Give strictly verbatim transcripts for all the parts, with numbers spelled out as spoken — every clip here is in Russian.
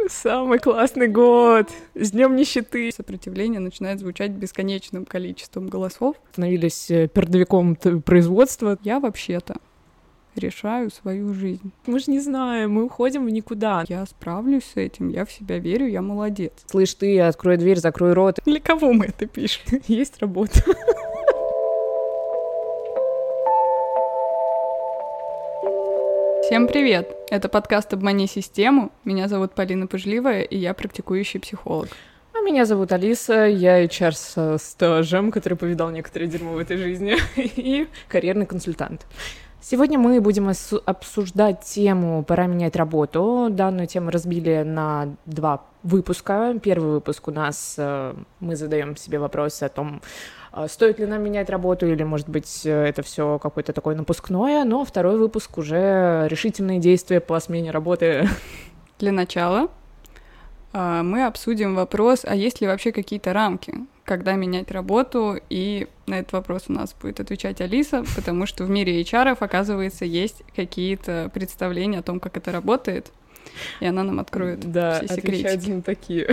Самый классный год! С днем нищеты! Сопротивление начинает звучать бесконечным количеством голосов. Становились пердовиком производства. Я вообще-то решаю свою жизнь. Мы же не знаем, мы уходим в никуда. Я справлюсь с этим, я в себя верю, я молодец. Слышь ты, открой дверь, закрой рот. Для кого мы это пишем? Есть работа. Всем привет! Это подкаст «Обмани систему». Меня зовут Полина Пыжливая, и я практикующий психолог. А меня зовут Алиса, я эйч ар со стажем, который повидал некоторое дерьмо в этой жизни, и карьерный консультант. Сегодня мы будем обсуждать тему «Пора менять работу». Данную тему разбили на два выпуска. Первый выпуск у нас, мы задаем себе вопросы о том, стоит ли нам менять работу, или, может быть, это все какое-то такое напускное. Но второй выпуск уже решительные действия по смене работы. Для начала мы обсудим вопрос, а есть ли вообще какие-то рамки, когда менять работу, и на этот вопрос у нас будет отвечать Алиса, потому что в мире эйч ар, оказывается, есть какие-то представления о том, как это работает, и она нам откроет да, все секретики. Да, отвечать на такие.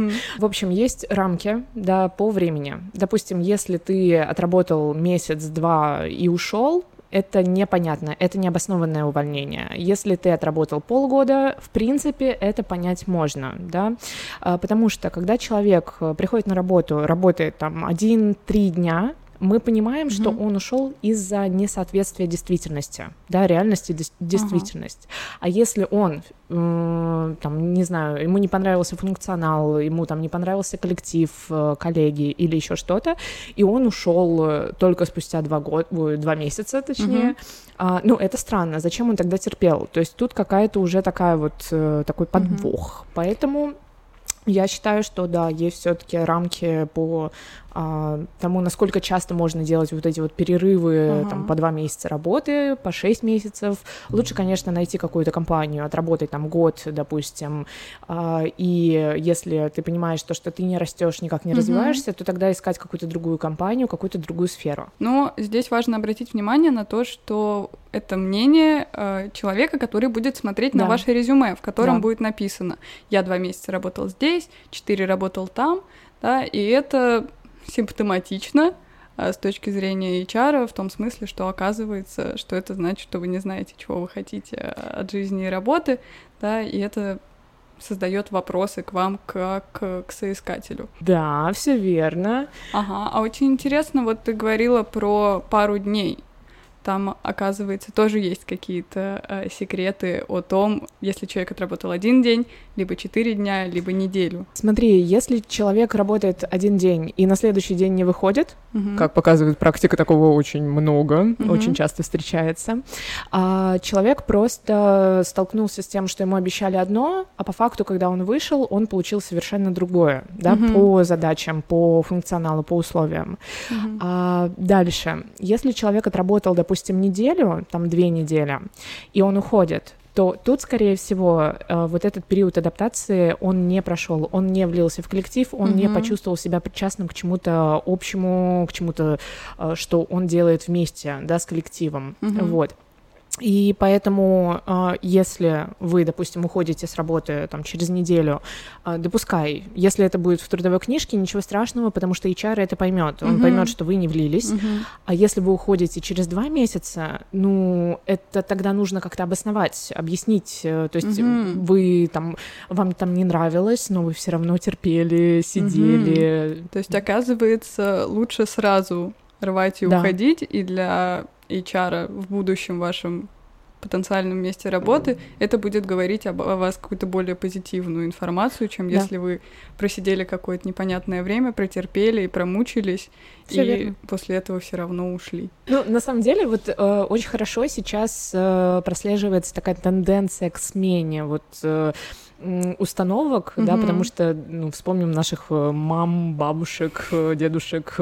В общем, есть рамки, да, по времени. Допустим, если ты отработал месяц-два и ушел, это непонятно, это необоснованное увольнение. Если ты отработал полгода, в принципе, это понять можно, да, потому что когда человек приходит на работу, работает там один-три дня, мы понимаем, mm-hmm. что он ушел из-за несоответствия действительности, да, реальности, дес- действительность. Uh-huh. А если он, э, там, не знаю, ему не понравился функционал, ему там не понравился коллектив, э, коллеги или еще что-то, и он ушел только спустя два года, два месяца, точнее, uh-huh. э, ну, это странно. Зачем он тогда терпел? То есть тут какая-то уже такая вот, э, такой подвох. Uh-huh. Поэтому я считаю, что да, есть все-таки рамки по а, тому, насколько часто можно делать вот эти вот перерывы uh-huh. там, по два месяца работы, по шесть месяцев. Лучше, конечно, найти какую-то компанию, отработать там год, допустим, а, и если ты понимаешь, то, что ты не растешь, никак не uh-huh. развиваешься, то тогда искать какую-то другую компанию, какую-то другую сферу. Но здесь важно обратить внимание на то, что это мнение э, человека, который будет смотреть да. на ваше резюме, в котором да. будет написано: я два месяца работал здесь, четыре работал там, да, и это симптоматично э, с точки зрения эйч ар, в том смысле, что оказывается, что это значит, что вы не знаете, чего вы хотите от жизни и работы, да, и это создает вопросы к вам как к соискателю. Да, все верно. Ага, а очень интересно, вот ты говорила про пару дней. Там, оказывается, тоже есть какие-то э, секреты о том, если человек отработал один день, либо четыре дня, либо неделю. Смотри, если человек работает один день и на следующий день не выходит, uh-huh. как показывает практика, такого очень много, uh-huh. очень часто встречается, а человек просто столкнулся с тем, что ему обещали одно, а по факту, когда он вышел, он получил совершенно другое, да, uh-huh. по задачам, по функционалу, по условиям. Uh-huh. А дальше, если человек отработал, допустим, допустим, неделю, там две недели, и он уходит, то тут, скорее всего, вот этот период адаптации он не прошел, он не влился в коллектив, он mm-hmm. не почувствовал себя причастным к чему-то общему, к чему-то, что он делает вместе, да, с коллективом, mm-hmm. вот. И поэтому, если вы, допустим, уходите с работы там, через неделю, допускай, если это будет в трудовой книжке, ничего страшного, потому что эйч ар это поймет, он uh-huh. поймет, что вы не влились. Uh-huh. А если вы уходите через два месяца, ну, это тогда нужно как-то обосновать, объяснить. То есть uh-huh. вы там, вам там не нравилось, но вы все равно терпели, сидели. Uh-huh. То есть, оказывается, лучше сразу рвать и да. уходить, и для эйч ар в будущем вашем потенциальном месте работы это будет говорить об, о вас какую-то более позитивную информацию, чем да. если вы просидели какое-то непонятное время, протерпели и промучились, всё и верно. После этого все равно ушли. Ну, на самом деле, вот э, очень хорошо сейчас э, прослеживается такая тенденция к смене вот э, установок, mm-hmm. да, потому что, ну, вспомним наших мам, бабушек, дедушек,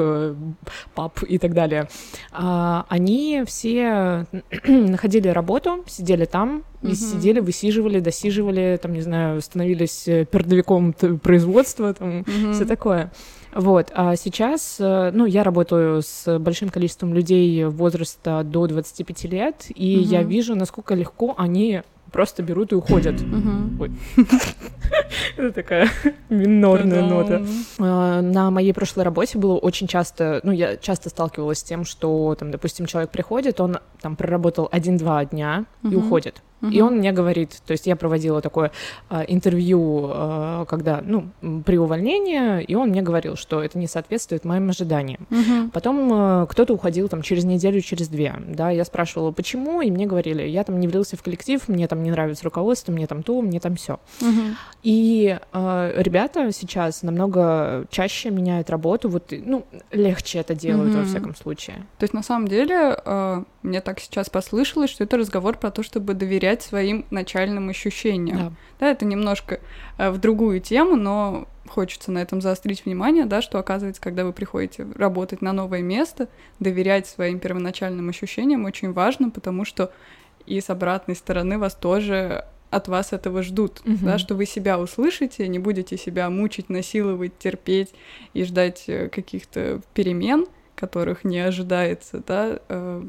пап и так далее. А, они все находили работу, сидели там, mm-hmm. сидели, высиживали, досиживали, там, не знаю, становились пердовиком производства, там, mm-hmm. все такое. Вот, а сейчас, ну, я работаю с большим количеством людей возраста до двадцати пяти лет, и mm-hmm. я вижу, насколько легко они просто берут и уходят. Uh-huh. Ой. Это такая минорная нота. На моей прошлой работе было очень часто, ну, я часто сталкивалась с тем, что, там, допустим, человек приходит, он там проработал один-два дня и уходит. Uh-huh. И он мне говорит, то есть я проводила такое э, интервью, э, когда, ну, при увольнении, и он мне говорил, что это не соответствует моим ожиданиям. Uh-huh. Потом э, кто-то уходил там через неделю, через две, да, я спрашивала, почему, и мне говорили, я там не влился в коллектив, мне там не нравится руководство, мне там то, мне там все. Uh-huh. И э, ребята сейчас намного чаще меняют работу, вот, ну, легче это делают, uh-huh. во всяком случае. То есть на самом деле э, мне так сейчас послышалось, что это разговор про то, чтобы доверять своим начальным ощущениям. Да. Да, это немножко э, в другую тему, но хочется на этом заострить внимание, да, что оказывается, когда вы приходите работать на новое место, доверять своим первоначальным ощущениям очень важно, потому что и с обратной стороны вас тоже от вас этого ждут, uh-huh. да, что вы себя услышите, не будете себя мучить, насиловать, терпеть и ждать каких-то перемен, которых не ожидается, да, э,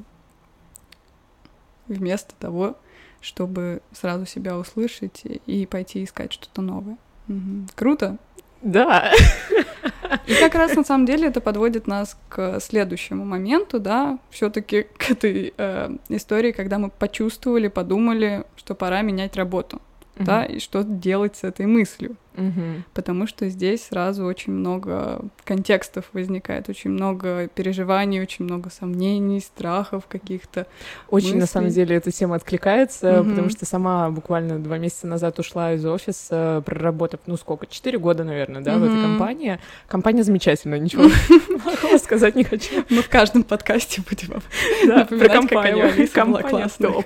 вместо того, чтобы сразу себя услышать и пойти искать что-то новое. Угу. Круто? Да. И как раз на самом деле это подводит нас к следующему моменту, да, все-таки к этой э, истории, когда мы почувствовали, подумали, что пора менять работу, uh-huh. да, и что делать с этой мыслью. Uh-huh. Потому что здесь сразу очень много контекстов возникает, очень много переживаний, очень много сомнений, страхов каких-то. Очень, мыслей. На самом деле, эта тема откликается, uh-huh. потому что сама буквально два месяца назад ушла из офиса, проработав, ну сколько, четыре года, наверное, да, uh-huh. в этой компании. Компания замечательная, ничего плохого сказать не хочу. Мы в каждом подкасте будем про компанию. Компания топ.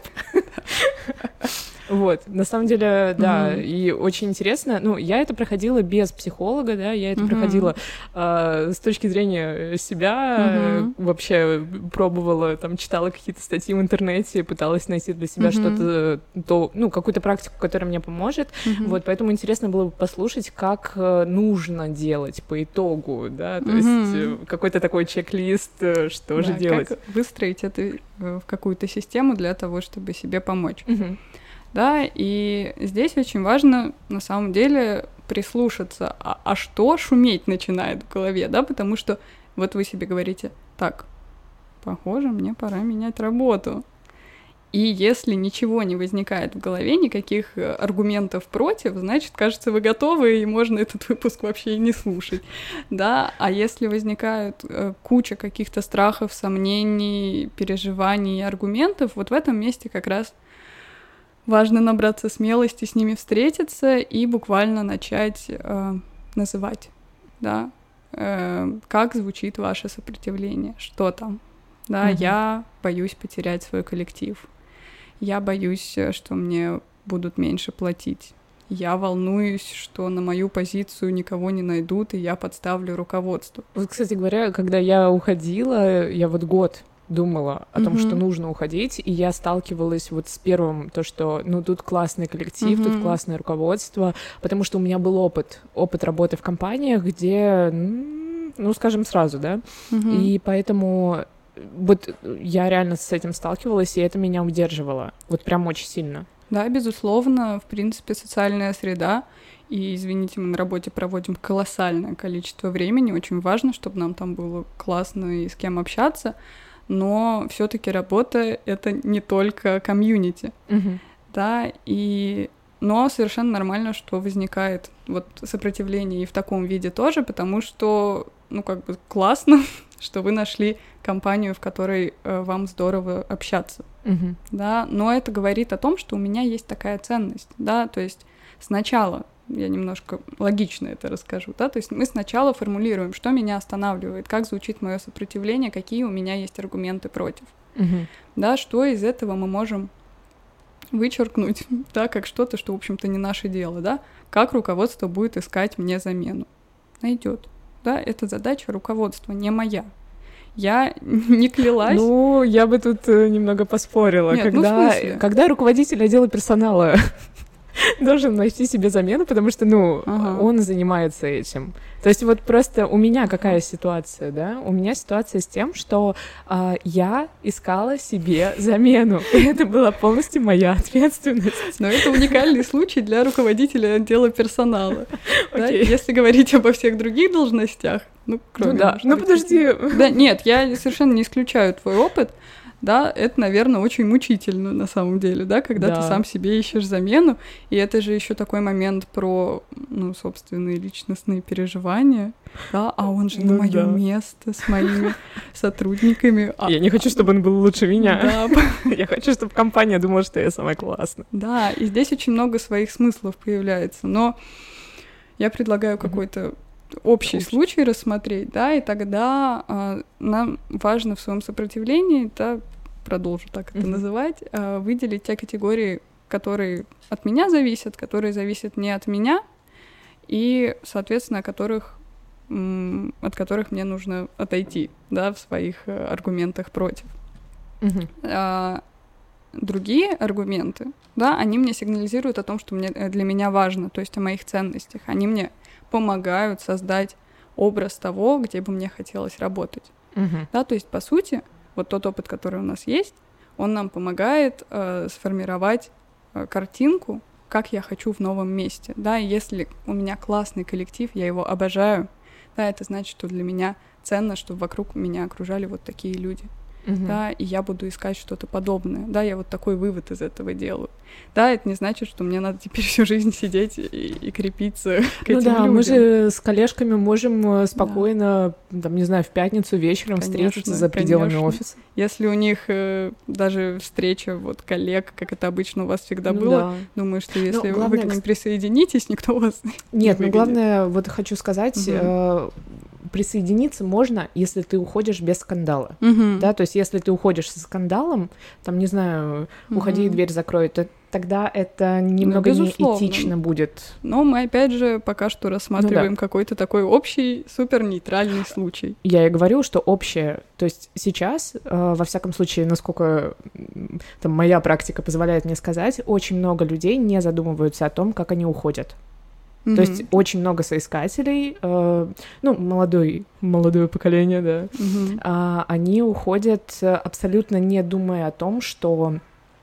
Вот, на самом деле, да, mm-hmm. и очень интересно, ну, я это проходила без психолога, да, я это mm-hmm. проходила э, с точки зрения себя, mm-hmm. вообще пробовала, там, читала какие-то статьи в интернете, пыталась найти для себя mm-hmm. что-то, то, ну, какую-то практику, которая мне поможет, mm-hmm. вот, поэтому интересно было бы послушать, как нужно делать по итогу, да, то mm-hmm. есть какой-то такой чек-лист, что да, же делать. Как выстроить это в какую-то систему для того, чтобы себе помочь. Mm-hmm. Да, и здесь очень важно, на самом деле, прислушаться, а, а что шуметь начинает в голове, да, потому что вот вы себе говорите, так, похоже, мне пора менять работу. И если ничего не возникает в голове, никаких аргументов против, значит, кажется, вы готовы, и можно этот выпуск вообще и не слушать, да, а если возникают э, куча каких-то страхов, сомнений, переживаний, аргументов, вот в этом месте как раз важно набраться смелости, с ними встретиться и буквально начать э, называть, да, э, как звучит ваше сопротивление, что там, да, mm-hmm. я боюсь потерять свой коллектив, я боюсь, что мне будут меньше платить, я волнуюсь, что на мою позицию никого не найдут, и я подставлю руководство. Вот, кстати говоря, когда я уходила, я вот год думала о том, mm-hmm. что нужно уходить, и я сталкивалась вот с первым, то, что, ну, тут классный коллектив, mm-hmm. тут классное руководство, потому что у меня был опыт, опыт работы в компаниях, где, ну, скажем сразу, да, mm-hmm. и поэтому вот я реально с этим сталкивалась, и это меня удерживало, вот прям очень сильно. Да, безусловно, в принципе, социальная среда, и, извините, мы на работе проводим колоссальное количество времени, очень важно, чтобы нам там было классно и с кем общаться, но все-таки работа — это не только комьюнити, uh-huh. да, и... Но совершенно нормально, что возникает вот сопротивление и в таком виде тоже, потому что, ну, как бы классно, что вы нашли компанию, в которой э, вам здорово общаться, uh-huh. да, но это говорит о том, что у меня есть такая ценность, да, то есть сначала я немножко логично это расскажу, да, то есть мы сначала формулируем, что меня останавливает, как звучит мое сопротивление, какие у меня есть аргументы против, uh-huh. да, что из этого мы можем вычеркнуть, да, как что-то, что, в общем-то, не наше дело, да, как руководство будет искать мне замену. Найдет, да, это задача руководства, не моя. Я не клялась. Ну, я бы тут немного поспорила. Нет, когда, ну, в смысле? Когда руководитель отдела персонала должен найти себе замену, потому что, ну, ага. он занимается этим. То есть вот просто у меня какая ситуация, да? У меня ситуация с тем, что э, я искала себе замену. И это была полностью моя ответственность. Но это уникальный случай для руководителя отдела персонала. Okay. Да? Если говорить обо всех других должностях, ну, кроме... Ну да, ну подожди. Да, нет, я совершенно не исключаю твой опыт. Да, это, наверное, очень мучительно на самом деле, да, когда да. ты сам себе ищешь замену, и это же еще такой момент про, ну, собственные личностные переживания, да, а он же ну, на мое да. место с моими сотрудниками. Я не хочу, чтобы он был лучше меня. Да. Я хочу, чтобы компания думала, что я самая классная. Да, и здесь очень много своих смыслов появляется, но я предлагаю какой-то общий Общий. случай рассмотреть, да, и тогда э, нам важно в своем сопротивлении, да, продолжу так это mm-hmm. называть, э, выделить те категории, которые от меня зависят, которые зависят не от меня, и, соответственно, которых, м- от которых мне нужно отойти, да, в своих э, аргументах против. Mm-hmm. А, другие аргументы, да, они мне сигнализируют о том, что мне, для меня важно, то есть о моих ценностях, они мне помогают создать образ того, где бы мне хотелось работать. Uh-huh. Да, то есть, по сути, вот тот опыт, который у нас есть, он нам помогает э, сформировать э, картинку, как я хочу в новом месте. Да, и если у меня классный коллектив, я его обожаю, да, это значит, что для меня ценно, чтобы вокруг меня окружали вот такие люди. Uh-huh. Да, и я буду искать что-то подобное. Да, я вот такой вывод из этого делаю. Да, это не значит, что мне надо теперь всю жизнь сидеть и, и крепиться к ну этим да, людям. Мы же с коллежками можем спокойно, да. там, не знаю, в пятницу вечером конечно, встретиться за пределами конечно. офиса. Если у них э, даже встреча вот коллег, как это обычно у вас всегда ну, было, да. думаю, что если главное, вы к ним присоединитесь, никто вас Нет, не ну главное, вот хочу сказать... Угу. Э- присоединиться можно, если ты уходишь без скандала, uh-huh. да, то есть если ты уходишь со скандалом, там, не знаю, uh-huh. уходи и дверь закрой, то тогда это немного ну, неэтично будет. Но мы, опять же, пока что рассматриваем ну, да. какой-то такой общий, супер нейтральный случай. Я и говорю, что общее, то есть сейчас, э, во всяком случае, насколько там, моя практика позволяет мне сказать, очень много людей не задумываются о том, как они уходят. Mm-hmm. То есть очень много соискателей, э, ну, молодой, молодое поколение, да, mm-hmm. э, они уходят абсолютно не думая о том, что,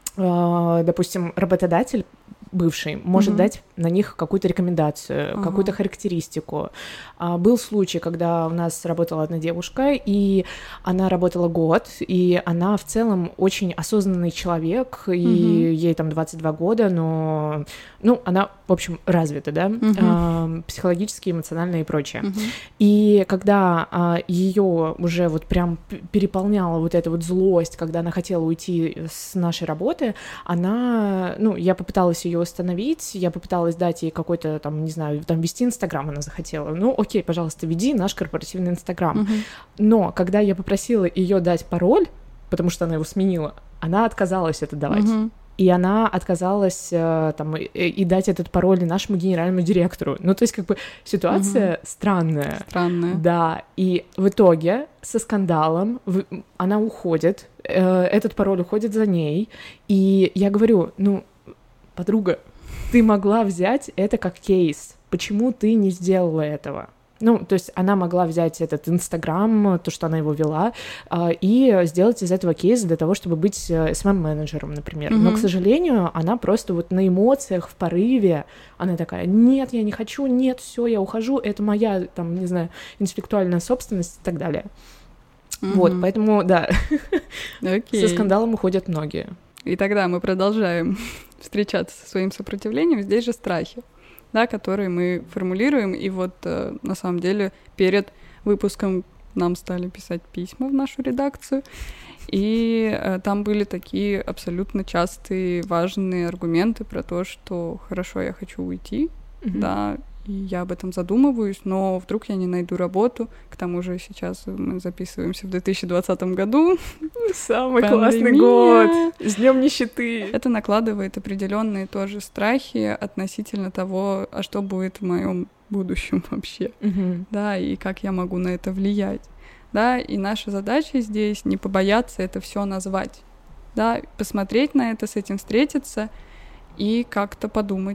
э, допустим, работодатель бывший может mm-hmm. дать на них какую-то рекомендацию, uh-huh. какую-то характеристику. А, был случай, когда у нас работала одна девушка, и она работала год, и она в целом очень осознанный человек, и uh-huh. ей там двадцать два года, но, ну, она, в общем, развита, да, uh-huh. а, психологически, эмоционально и прочее. Uh-huh. И когда а, ее уже вот прям переполняла вот эта вот злость, когда она хотела уйти с нашей работы, она, ну, я попыталась ее остановить, я попыталась дать ей какой-то, там, не знаю, там, вести Инстаграм она захотела. Ну, окей, пожалуйста, веди наш корпоративный Инстаграм. Uh-huh. Но когда я попросила ее дать пароль, потому что она его сменила, она отказалась это давать. Uh-huh. И она отказалась там, и, и дать этот пароль нашему генеральному директору. Ну, то есть, как бы, ситуация uh-huh. странная. Странная. Да, и в итоге со скандалом в... она уходит, э, этот пароль уходит за ней, и я говорю, ну, подруга, ты могла взять это как кейс. Почему ты не сделала этого? Ну, то есть она могла взять этот Инстаграм, то, что она его вела, и сделать из этого кейс для того, чтобы быть эс эм эм-менеджером, например. Mm-hmm. Но, к сожалению, она просто вот на эмоциях, в порыве, она такая, нет, я не хочу, нет, все, я ухожу, это моя, там, не знаю, интеллектуальная собственность и так далее. Mm-hmm. Вот, поэтому, да, okay. со скандалом уходят многие. И тогда мы продолжаем встречаться со своим сопротивлением. Здесь же страхи, да, которые мы формулируем. И вот э, на самом деле перед выпуском нам стали писать письма в нашу редакцию. И э, там были такие абсолютно частые важные аргументы про то, что хорошо, я хочу уйти, mm-hmm. да, и я об этом задумываюсь, но вдруг я не найду работу. К тому же сейчас мы записываемся в две тысячи двадцатом году. Самый классный год! С днем нищеты! Это накладывает определенные тоже страхи относительно того, а что будет в моем будущем вообще, uh-huh. да, и как я могу на это влиять, да, и наша задача здесь не побояться это все назвать, да, посмотреть на это, с этим встретиться и как-то подумать,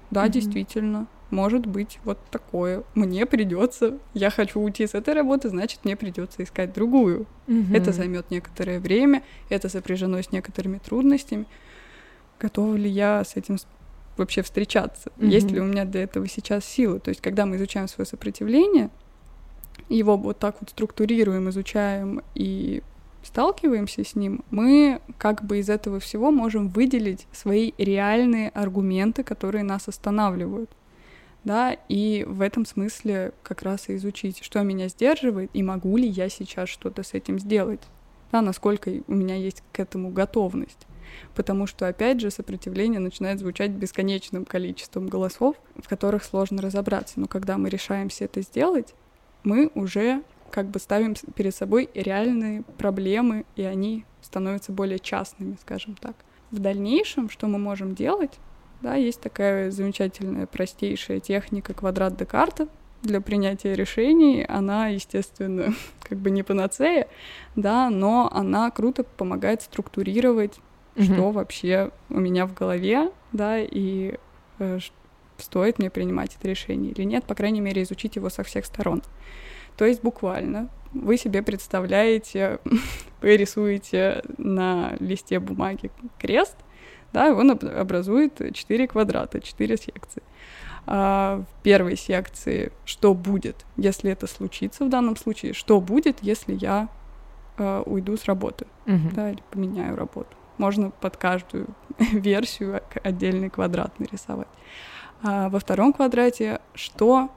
да, mm-hmm. действительно, может быть вот такое. Мне придется, я хочу уйти с этой работы, значит, мне придется искать другую. Mm-hmm. Это займет некоторое время, это сопряжено с некоторыми трудностями. Готова ли я с этим вообще встречаться? Mm-hmm. Есть ли у меня для этого сейчас силы? То есть, когда мы изучаем свое сопротивление, его вот так вот структурируем, изучаем и сталкиваемся с ним, мы как бы из этого всего можем выделить свои реальные аргументы, которые нас останавливают. Да, и в этом смысле как раз и изучить, что меня сдерживает, и могу ли я сейчас что-то с этим сделать, да, насколько у меня есть к этому готовность. Потому что, опять же, сопротивление начинает звучать бесконечным количеством голосов, в которых сложно разобраться. Но когда мы решаемся это сделать, мы уже как бы ставим перед собой реальные проблемы, и они становятся более частными, скажем так. В дальнейшем, что мы можем делать? Да, есть такая замечательная, простейшая техника квадрат Декарта для принятия решений. Она, естественно, как бы не панацея, да, но она круто помогает структурировать, mm-hmm. что вообще у меня в голове, да, и э, стоит мне принимать это решение или нет, по крайней мере, изучить его со всех сторон. То есть буквально вы себе представляете, вы рисуете на листе бумаги крест, да, и он образует четыре квадрата, четыре секции. А в первой секции что будет, если это случится в данном случае, что будет, если я э, уйду с работы, uh-huh. да, или поменяю работу. Можно под каждую версию отдельный квадрат нарисовать. А во втором квадрате что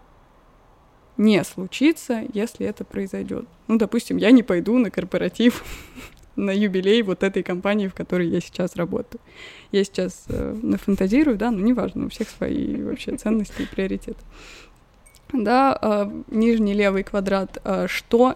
не случится, если это произойдет. Ну, допустим, я не пойду на корпоратив, на юбилей вот этой компании, в которой я сейчас работаю. Я сейчас э, нафантазирую, да, но неважно, у всех свои вообще ценности и приоритеты. Да, э, нижний левый квадрат, э, что,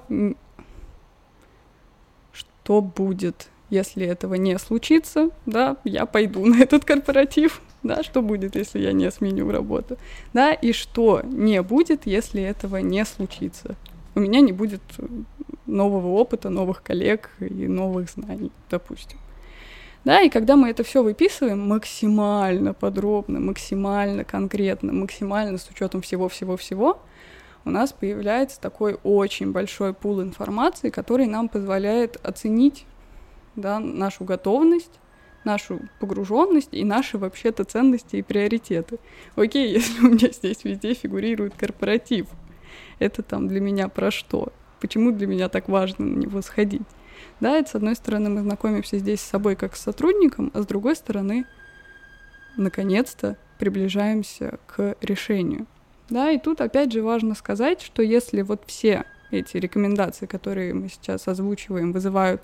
что будет, если этого не случится, да, я пойду на этот корпоратив, да, что будет, если я не сменю работу, да, и что не будет, если этого не случится. У меня не будет нового опыта, новых коллег и новых знаний, допустим. Да, и когда мы это все выписываем максимально подробно, максимально конкретно, максимально с учетом всего-всего-всего, у нас появляется такой очень большой пул информации, который нам позволяет оценить, да, нашу готовность, нашу погруженность и наши вообще-то ценности и приоритеты. Окей, если у меня здесь везде фигурирует корпоратив, это там для меня про что? Почему для меня так важно на него сходить? Да, это, с одной стороны, мы знакомимся здесь с собой как с сотрудником, а с другой стороны, наконец-то приближаемся к решению. Да, и тут опять же важно сказать, что если вот все эти рекомендации, которые мы сейчас озвучиваем, вызывают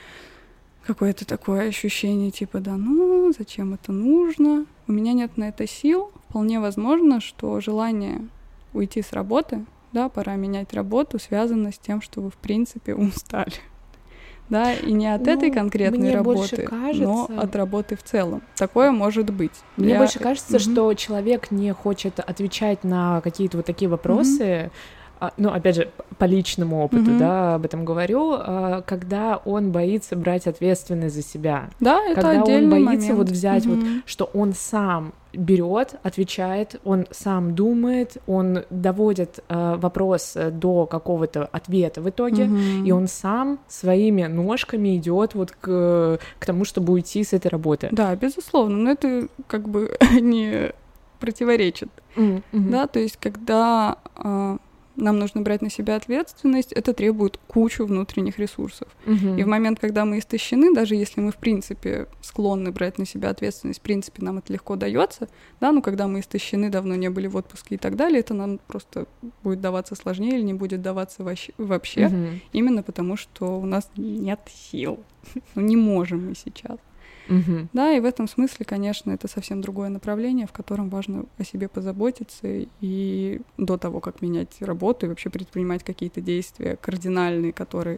какое-то такое ощущение типа, да ну, зачем это нужно, у меня нет на это сил, вполне возможно, что желание уйти с работы, да, пора менять работу, связано с тем, что вы, в принципе, устали. Да, и не от ну, этой конкретной работы, кажется... но от работы в целом. Такое может быть. Мне Я... больше кажется, mm-hmm. что человек не хочет отвечать на какие-то вот такие вопросы, mm-hmm. ну, опять же, по личному опыту, mm-hmm. да, об этом говорю, когда он боится брать ответственность за себя. Да, это когда отдельный он боится момент. вот взять mm-hmm. вот, что он сам берет, отвечает, он сам думает, он доводит э, вопрос до какого-то ответа в итоге, mm-hmm. и он сам своими ножками идет вот к, к тому, чтобы уйти с этой работы. Да, безусловно, но это как бы не противоречит. Mm-hmm. Да, то есть когда э, нам нужно брать на себя ответственность, это требует кучу внутренних ресурсов. Mm-hmm. И в момент, когда мы истощены, даже если мы, в принципе, склонны брать на себя ответственность, в принципе, нам это легко дается, да, но когда мы истощены, давно не были в отпуске и так далее, это нам просто будет даваться сложнее или не будет даваться вообще, Mm-hmm. именно потому, что у нас нет сил. Ну, не можем мы сейчас. Mm-hmm. Да, и в этом смысле, конечно, это совсем другое направление, в котором важно о себе позаботиться, и до того, как менять работу и вообще предпринимать какие-то действия кардинальные, которые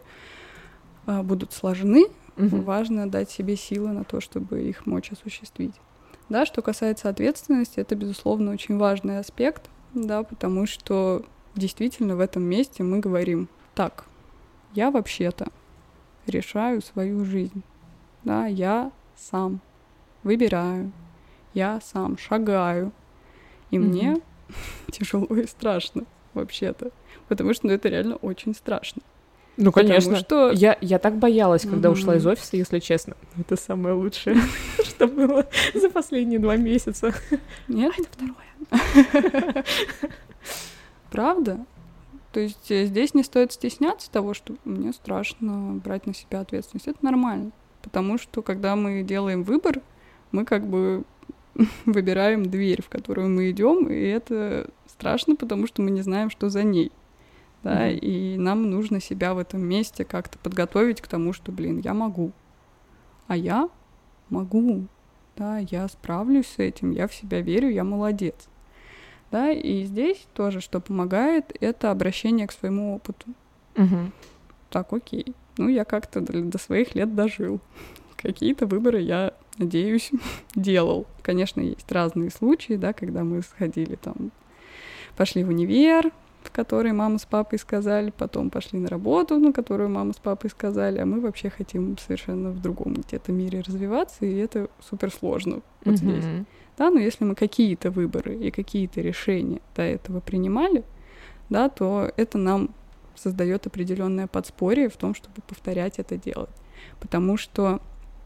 а, будут сложны, mm-hmm. важно дать себе силы на то, чтобы их мочь осуществить. Да, что касается ответственности, это, безусловно, очень важный аспект, да, потому что действительно в этом месте мы говорим: так, я вообще-то решаю свою жизнь, да, я сам выбираю, я сам шагаю, И mm-hmm. мне тяжело и страшно вообще-то, потому что ну, это реально очень страшно. Ну, конечно. Потому что... я, я так боялась, когда mm-hmm. ушла из офиса, если честно. Это самое лучшее, что было за последние два месяца. Нет? А это второе. Правда? То есть здесь не стоит стесняться того, что мне страшно брать на себя ответственность. Это нормально. Потому что, когда мы делаем выбор, мы как бы выбираем дверь, в которую мы идем, и это страшно, потому что мы не знаем, что за ней. Да, mm-hmm. и нам нужно себя в этом месте как-то подготовить к тому, что, блин, я могу. А я могу. Да, я справлюсь с этим, я в себя верю, я молодец. Да, и здесь тоже, что помогает, это обращение к своему опыту. Mm-hmm. Так, окей. Ну, я как-то до, до своих лет дожил. Какие-то выборы я, надеюсь, делал. Конечно, есть разные случаи, да, когда мы сходили там, пошли в универ, в который мама с папой сказали, потом пошли на работу, на которую мама с папой сказали, а мы вообще хотим совершенно в другом где-то мире развиваться, и это супер сложно вот mm-hmm. здесь. Да, но если мы какие-то выборы и какие-то решения до этого принимали, да, то это нам создает определенное подспорье в том, чтобы повторять это делать. Потому что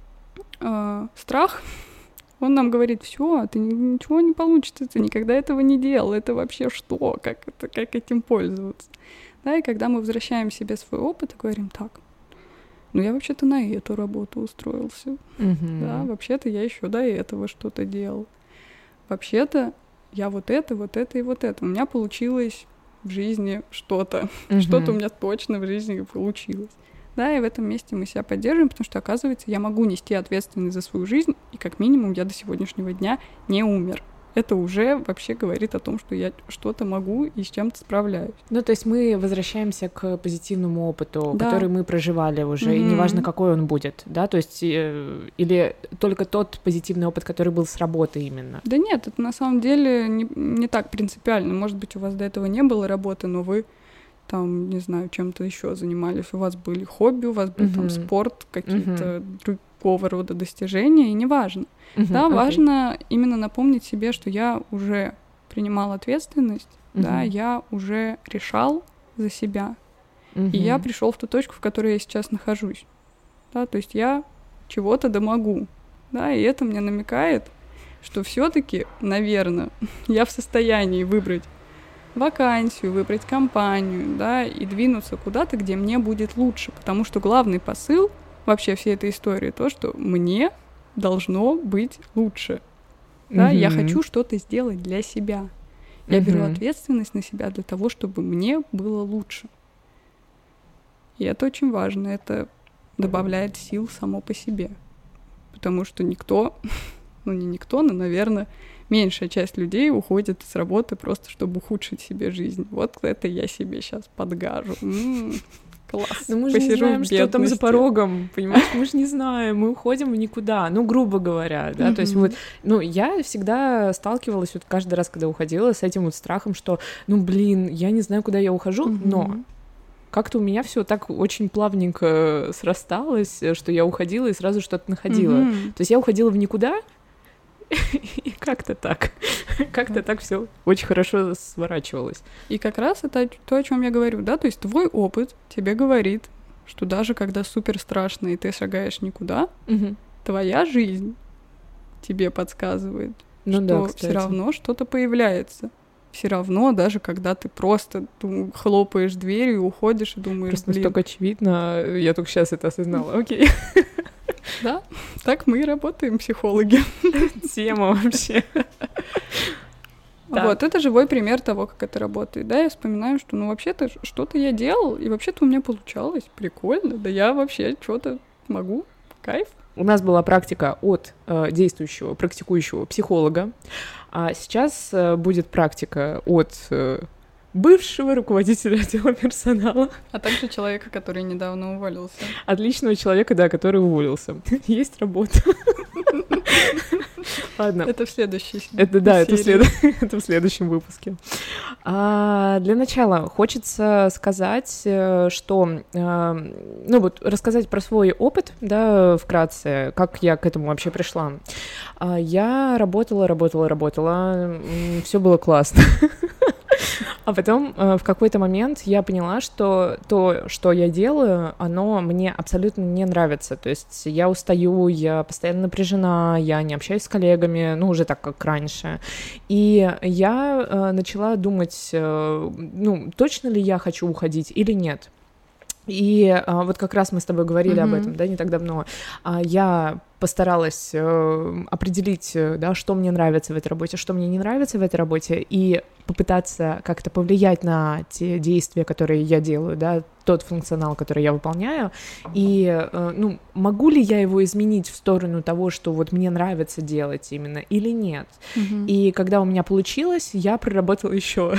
э, страх, он нам говорит: все, ты ничего не получится, ты никогда этого не делал, это вообще что, как, это, как этим пользоваться. Да, и когда мы возвращаем себе свой опыт и говорим: так, ну я вообще-то на эту работу устроился, mm-hmm. да, вообще-то я еще до этого что-то делал, вообще-то я вот это, вот это и вот это, у меня получилось в жизни что-то, mm-hmm. что-то у меня точно в жизни получилось. Да, и в этом месте мы себя поддерживаем, потому что, оказывается, я могу нести ответственность за свою жизнь, и как минимум я до сегодняшнего дня не умер. Это уже вообще говорит о том, что я что-то могу и с чем-то справляюсь. Ну, то есть мы возвращаемся к позитивному опыту, да. который мы проживали уже, mm-hmm. и неважно, какой он будет, да, то есть э, или только тот позитивный опыт, который был с работы именно. Да нет, это на самом деле не, не так принципиально. Может быть, у вас до этого не было работы, но вы там, не знаю, чем-то еще занимались, у вас были хобби, у вас был uh-huh. там спорт, какие-то uh-huh. другого рода достижения, и неважно. Uh-huh. Да, okay. важно именно напомнить себе, что я уже принимал ответственность, uh-huh. да, я уже решал за себя, uh-huh. и я пришел в ту точку, в которой я сейчас нахожусь. Да, то есть я чего-то домогу, да, и это мне намекает, что все-таки, наверное, я в состоянии выбрать вакансию, выбрать компанию, да, и двинуться куда-то, где мне будет лучше, потому что главный посыл вообще всей этой истории то, что мне должно быть лучше, да, mm-hmm. я хочу что-то сделать для себя, я mm-hmm. беру ответственность на себя для того, чтобы мне было лучше, и это очень важно, это добавляет сил само по себе, потому что никто, ну не никто, но, наверное, меньшая часть людей уходит с работы просто, чтобы ухудшить себе жизнь. Вот это я себе сейчас подгажу. М-м, класс. Но мы же не знаем, что там за порогом, понимаешь? Мы же не знаем, мы уходим в никуда, ну, грубо говоря, да, mm-hmm. то есть вот, ну, я всегда сталкивалась вот каждый раз, когда уходила, с этим вот страхом, что, ну, блин, я не знаю, куда я ухожу, mm-hmm. но как-то у меня все так очень плавненько срасталось, что я уходила и сразу что-то находила. Mm-hmm. То есть я уходила в никуда, и как-то так, как-то так все очень хорошо сворачивалось. И как раз это то, о чем я говорю, да, то есть твой опыт тебе говорит, что даже когда супер страшно и ты шагаешь никуда, угу. твоя жизнь тебе подсказывает, ну что да, все равно что-то появляется. Все равно, даже когда ты просто дум, хлопаешь дверью и уходишь и думаешь, просто блин... настолько очевидно, я только сейчас это осознала, окей. Да, так мы и работаем, психологи. Тема вообще. Вот, это живой пример того, как это работает. Да, я вспоминаю, что, ну, вообще-то что-то я делал, и вообще-то у меня получалось. Прикольно. Да я вообще что-то могу. Кайф. У нас была практика от э, действующего, практикующего психолога, а сейчас э, будет практика от... Э, бывшего руководителя отдела персонала. А также человека, который недавно уволился. Отличного человека, да, который уволился. Есть работа. Ладно. Это в следующей это, да, это в, след... это в следующем выпуске. А, для начала хочется сказать, что, ну вот, рассказать про свой опыт, да, вкратце, как я к этому вообще пришла. Я работала, работала, работала, все было классно. А потом э, в какой-то момент я поняла, что то, что я делаю, оно мне абсолютно не нравится. То есть я устаю, я постоянно напряжена, я не общаюсь с коллегами, ну, уже так, как раньше. И я э, начала думать, э, ну, точно ли я хочу уходить или нет. И а, вот как раз мы с тобой говорили mm-hmm. об этом, да, не так давно. А, я постаралась э, определить, да, что мне нравится в этой работе, что мне не нравится в этой работе, и попытаться как-то повлиять на те действия, которые я делаю, да, тот функционал, который я выполняю, и, э, ну, могу ли я его изменить в сторону того, что вот мне нравится делать именно, или нет. Mm-hmm. И когда у меня получилось, я проработала еще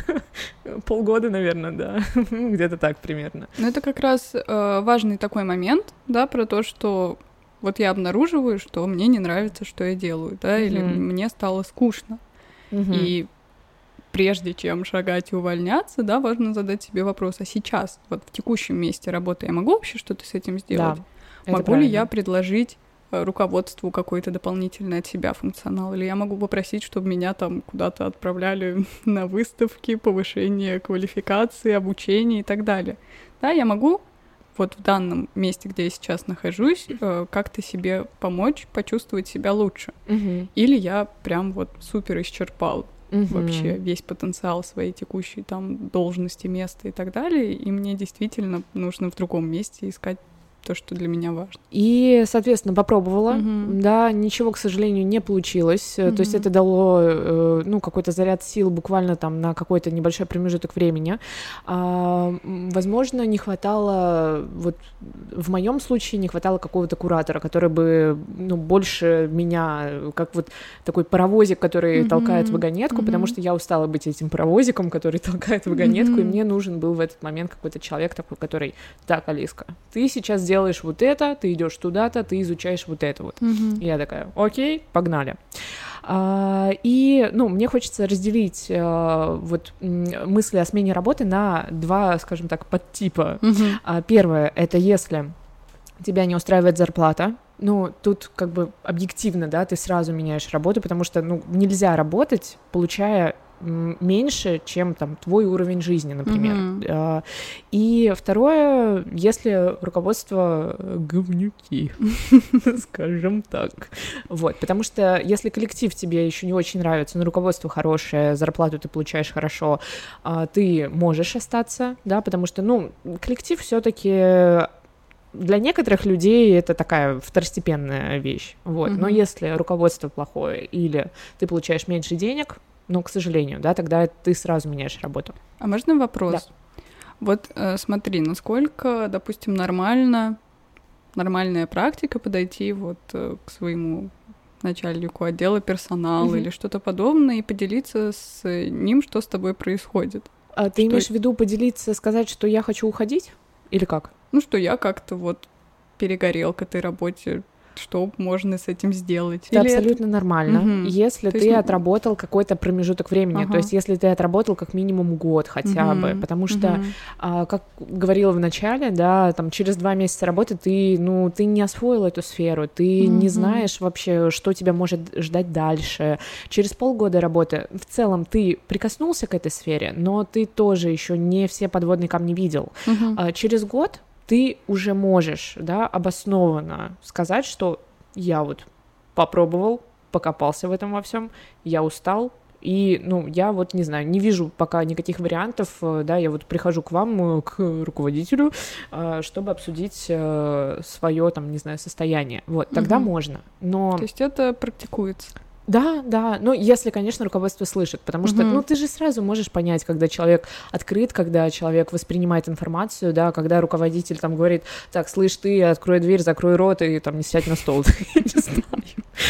полгода, наверное, да, где-то так примерно. Ну, это как раз э, важный такой момент, да, про то, что вот я обнаруживаю, что мне не нравится, что я делаю, да, mm-hmm. или мне стало скучно. Mm-hmm. И прежде чем шагать и увольняться, да, важно задать себе вопрос, а сейчас, вот в текущем месте работы, я могу вообще что-то с этим сделать? Да, могу ли я предложить руководству какой-то дополнительный от себя функционал, или я могу попросить, чтобы меня там куда-то отправляли на выставки, повышение квалификации, обучение и так далее. Да, я могу вот в данном месте, где я сейчас нахожусь, э, как-то себе помочь, почувствовать себя лучше. Uh-huh. Или я прям вот супер исчерпал uh-huh. вообще весь потенциал своей текущей там должности, места и так далее, и мне действительно нужно в другом месте искать то, что для меня важно. И, соответственно, попробовала, mm-hmm. да, ничего, к сожалению, не получилось, mm-hmm. то есть это дало, э, ну, какой-то заряд сил буквально там на какой-то небольшой промежуток времени. А, возможно, не хватало, вот в моем случае не хватало какого-то куратора, который бы, ну, больше меня, как вот такой паровозик, который mm-hmm. толкает вагонетку, mm-hmm. потому что я устала быть этим паровозиком, который толкает вагонетку, mm-hmm. и мне нужен был в этот момент какой-то человек такой, который, так, Алиска, ты сейчас делаешь вот это, ты идешь туда-то, ты изучаешь вот это вот. Mm-hmm. И я такая, окей, погнали. А, и, ну, мне хочется разделить а, вот мысли о смене работы на два, скажем так, подтипа. Mm-hmm. А, первое, это если тебя не устраивает зарплата, ну, тут как бы объективно, да, ты сразу меняешь работу, потому что, ну, нельзя работать, получая меньше, чем там твой уровень жизни, например. Mm-hmm. И второе, если руководство говнюки, скажем так. Вот, потому что если коллектив тебе еще не очень нравится, но руководство хорошее, зарплату ты получаешь хорошо, ты можешь остаться, да, потому что, ну, коллектив все-таки для некоторых людей это такая второстепенная вещь, вот. Mm-hmm. Но если руководство плохое или ты получаешь меньше денег, ну, к сожалению, да, тогда ты сразу меняешь работу. А можно вопрос? Да. Вот э, смотри, насколько, допустим, нормально, нормальная практика подойти вот э, к своему начальнику отдела персонала mm-hmm. или что-то подобное и поделиться с ним, что с тобой происходит? А ты что... имеешь в виду поделиться, сказать, что я хочу уходить? Или как? Ну, что я как-то вот перегорел к этой работе, что можно с этим сделать? Это Или абсолютно это... нормально, угу. если то ты есть... отработал какой-то промежуток времени, ага. то есть если ты отработал как минимум год хотя угу. бы, потому что, угу. а, как говорила в начале, да, там через два месяца работы ты, ну, ты не освоил эту сферу, ты угу. не знаешь вообще, что тебя может ждать дальше. Через полгода работы в целом ты прикоснулся к этой сфере, но ты тоже еще не все подводные камни видел. Угу. А, через год ты уже можешь, да, обоснованно сказать, что я вот попробовал, покопался в этом во всем, я устал, и, ну, я вот, не знаю, не вижу пока никаких вариантов, да, я вот прихожу к вам, к руководителю, чтобы обсудить свое, там, не знаю, состояние, вот, тогда угу. можно, но... То есть это практикуется? Да, да, ну, если, конечно, руководство слышит, потому что, mm-hmm. ну, ты же сразу можешь понять, когда человек открыт, когда человек воспринимает информацию, да, когда руководитель там говорит, так, слышь, ты, открой дверь, закрой рот и там не сядь на стол, я не знаю.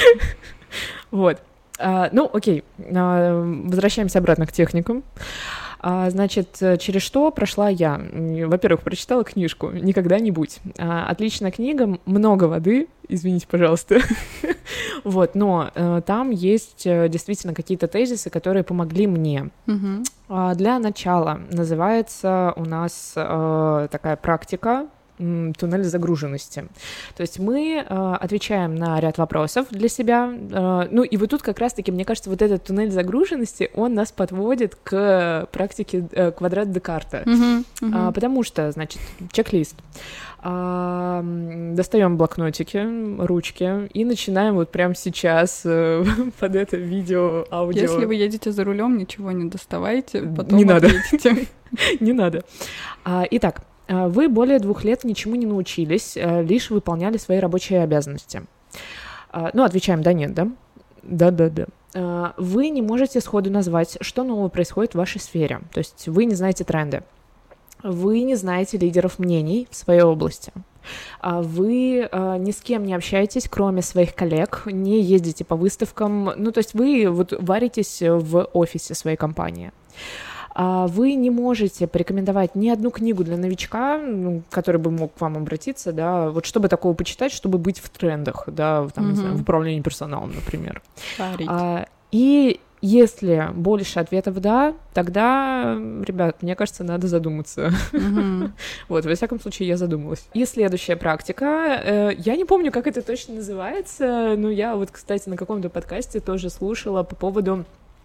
Вот, ну, окей, возвращаемся обратно к техникам. А, значит, через что прошла я? Во-первых, прочитала книжку «Никогда-нибудь». А, отличная книга, много воды, извините, пожалуйста. Вот, но э, там есть э, действительно какие-то тезисы, которые помогли мне. Uh-huh. А, для начала называется у нас э, такая практика туннель загруженности. То есть мы э, отвечаем на ряд вопросов для себя. Э, ну и вот тут как раз-таки, мне кажется, вот этот туннель загруженности, он нас подводит к практике э, квадрат Декарта. Uh-huh, uh-huh. А, потому что, значит, чек-лист. А, достаем блокнотики, ручки и начинаем вот прямо сейчас э, под это видео, аудио. Если вы едете за рулем, ничего не доставайте, потом не ответите. Не надо. Итак, вы более двух лет ничему не научились, лишь выполняли свои рабочие обязанности. Ну, отвечаем «да-нет», да? Да-да-да. Вы не можете сходу назвать, что нового происходит в вашей сфере. То есть вы не знаете тренды. Вы не знаете лидеров мнений в своей области. Вы ни с кем не общаетесь, кроме своих коллег, не ездите по выставкам. Ну, то есть вы вот варитесь в офисе своей компании. Вы не можете порекомендовать ни одну книгу для новичка, ну, который бы мог к вам обратиться, да, вот чтобы такого почитать, чтобы быть в трендах, да, там, mm-hmm. не знаю, в управлении персоналом, например. А, и если больше ответов «да», тогда, ребят, мне кажется, надо задуматься. Mm-hmm. Вот, во всяком случае, я задумалась. И следующая практика, э, я не помню, как это точно называется, но я вот, кстати, на каком-то подкасте тоже слушала по поводу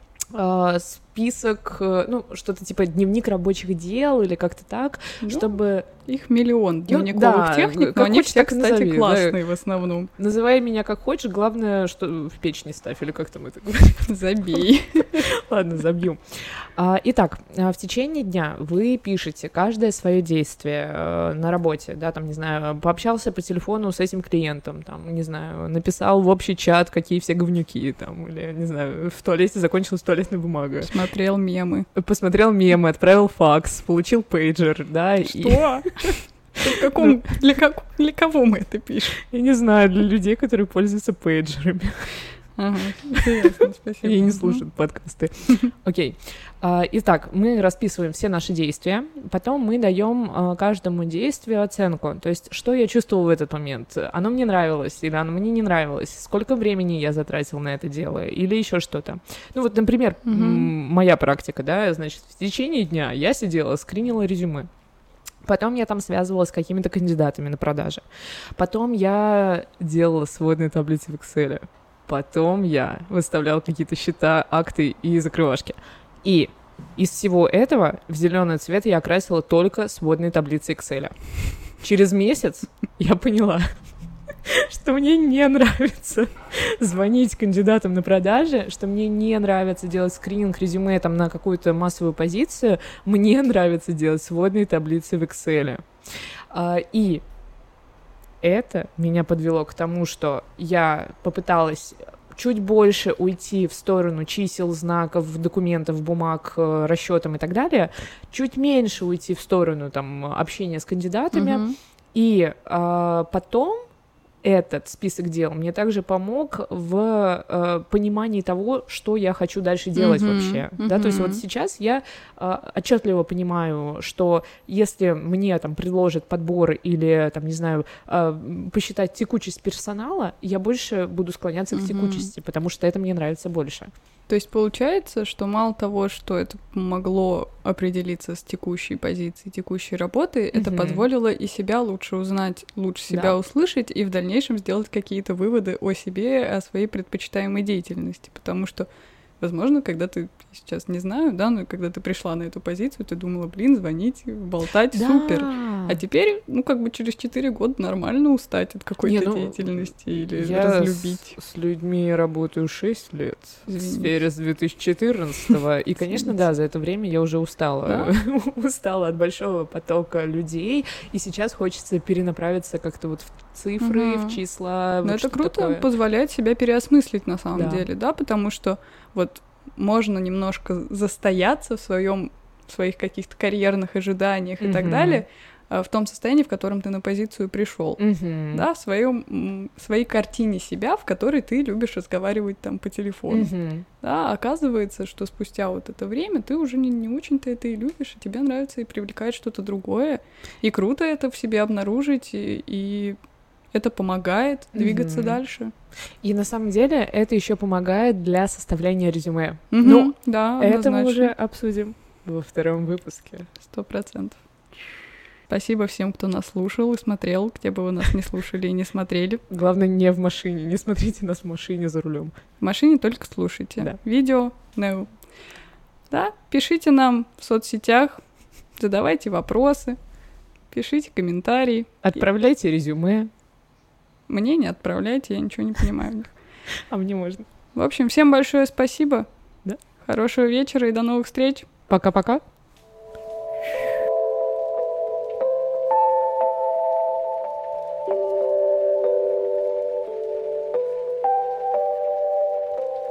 э, список, ну, что-то типа дневник рабочих дел или как-то так, ну, чтобы... Их миллион дневниковых ну, да, техник, но они хочешь, все, кстати, назови, классные да. в основном. Называй меня как хочешь, главное, что в печь не ставь, или как там это говорят. Забей. Ладно, забью. Итак, в течение дня вы пишете каждое свое действие на работе, да, там, не знаю, пообщался по телефону с этим клиентом, там, не знаю, написал в общий чат, какие все говнюки, там, или, не знаю, в туалете закончилась туалетная бумага. Посмотрел мемы. Посмотрел мемы, отправил факс, получил пейджер, да. Что? В каком, для, как, для кого мы это пишем? Я не знаю, для людей, которые пользуются пейджерами. Ага, интересно, спасибо. И не слушают подкасты. Окей. Итак, мы расписываем все наши действия, потом мы даем каждому действию оценку. То есть, что я чувствовала в этот момент? Оно мне нравилось или оно мне не нравилось? Сколько времени я затратила на это дело? Или еще что-то? Ну вот, например, угу. моя практика, да, значит, в течение дня я сидела, скринила резюме. Потом я там связывалась с какими-то кандидатами на продажи. Потом я делала сводные таблицы в Excel. Потом я выставляла какие-то счета, акты и закрывашки. И из всего этого в зеленый цвет я окрасила только сводные таблицы Excel. Через месяц я поняла, что мне не нравится звонить кандидатам на продажи, что мне не нравится делать скрининг резюме там, на какую-то массовую позицию, мне нравится делать сводные таблицы в Excel. И это меня подвело к тому, что я попыталась чуть больше уйти в сторону чисел, знаков, документов, бумаг, расчетов и так далее, чуть меньше уйти в сторону там, общения с кандидатами, mm-hmm. и а, потом этот список дел мне также помог в э, понимании того, что я хочу дальше делать mm-hmm. вообще. Mm-hmm. Да? То есть вот сейчас я э, отчетливо понимаю, что если мне там предложат подбор или, там, не знаю, э, посчитать текучесть персонала, я больше буду склоняться mm-hmm. к текучести, потому что это мне нравится больше. То есть получается, что мало того, что это помогло определиться с текущей позицией, текущей работы, mm-hmm. это позволило и себя лучше узнать, лучше себя да. услышать и в дальнейшем сделать какие-то выводы о себе, о своей предпочитаемой деятельности. Потому что, возможно, когда ты, сейчас не знаю, да, но когда ты пришла на эту позицию, ты думала, блин, звонить, болтать, да. супер. А теперь, ну, как бы через четыре года нормально устать от какой-то не, ну, деятельности или я разлюбить. С, с людьми работаю шесть лет Извините. В сфере с две тысячи четырнадцатого, и, конечно, да, за это время я уже устала. Устала от большого потока людей, и сейчас хочется перенаправиться как-то вот в цифры, в числа. Но это круто, позволяет себя переосмыслить на самом деле, да, потому что вот можно немножко застояться в своем в своих каких-то карьерных ожиданиях и mm-hmm. так далее, в том состоянии, в котором ты на позицию пришел, mm-hmm. да, в своем, в своей картине себя, в которой ты любишь разговаривать там по телефону. Mm-hmm. Да, оказывается, что спустя вот это время ты уже не, не очень-то это и любишь, и тебе нравится и привлекает что-то другое, и круто это в себе обнаружить, и, и это помогает двигаться mm-hmm. дальше. И на самом деле это еще помогает для составления резюме. Mm-hmm. Ну, да, это мы уже обсудим во втором выпуске. Сто процентов. Спасибо всем, кто нас слушал и смотрел, где бы вы нас не слушали и не смотрели. Главное, не в машине, не смотрите нас в машине за рулем. В машине только слушайте. Да. Видео, no. Да, пишите нам в соцсетях, задавайте вопросы, пишите комментарии. Отправляйте резюме. Мне не отправляйте, я ничего не понимаю. А мне можно. В общем, всем большое спасибо. Да. Хорошего вечера и до новых встреч. Пока-пока.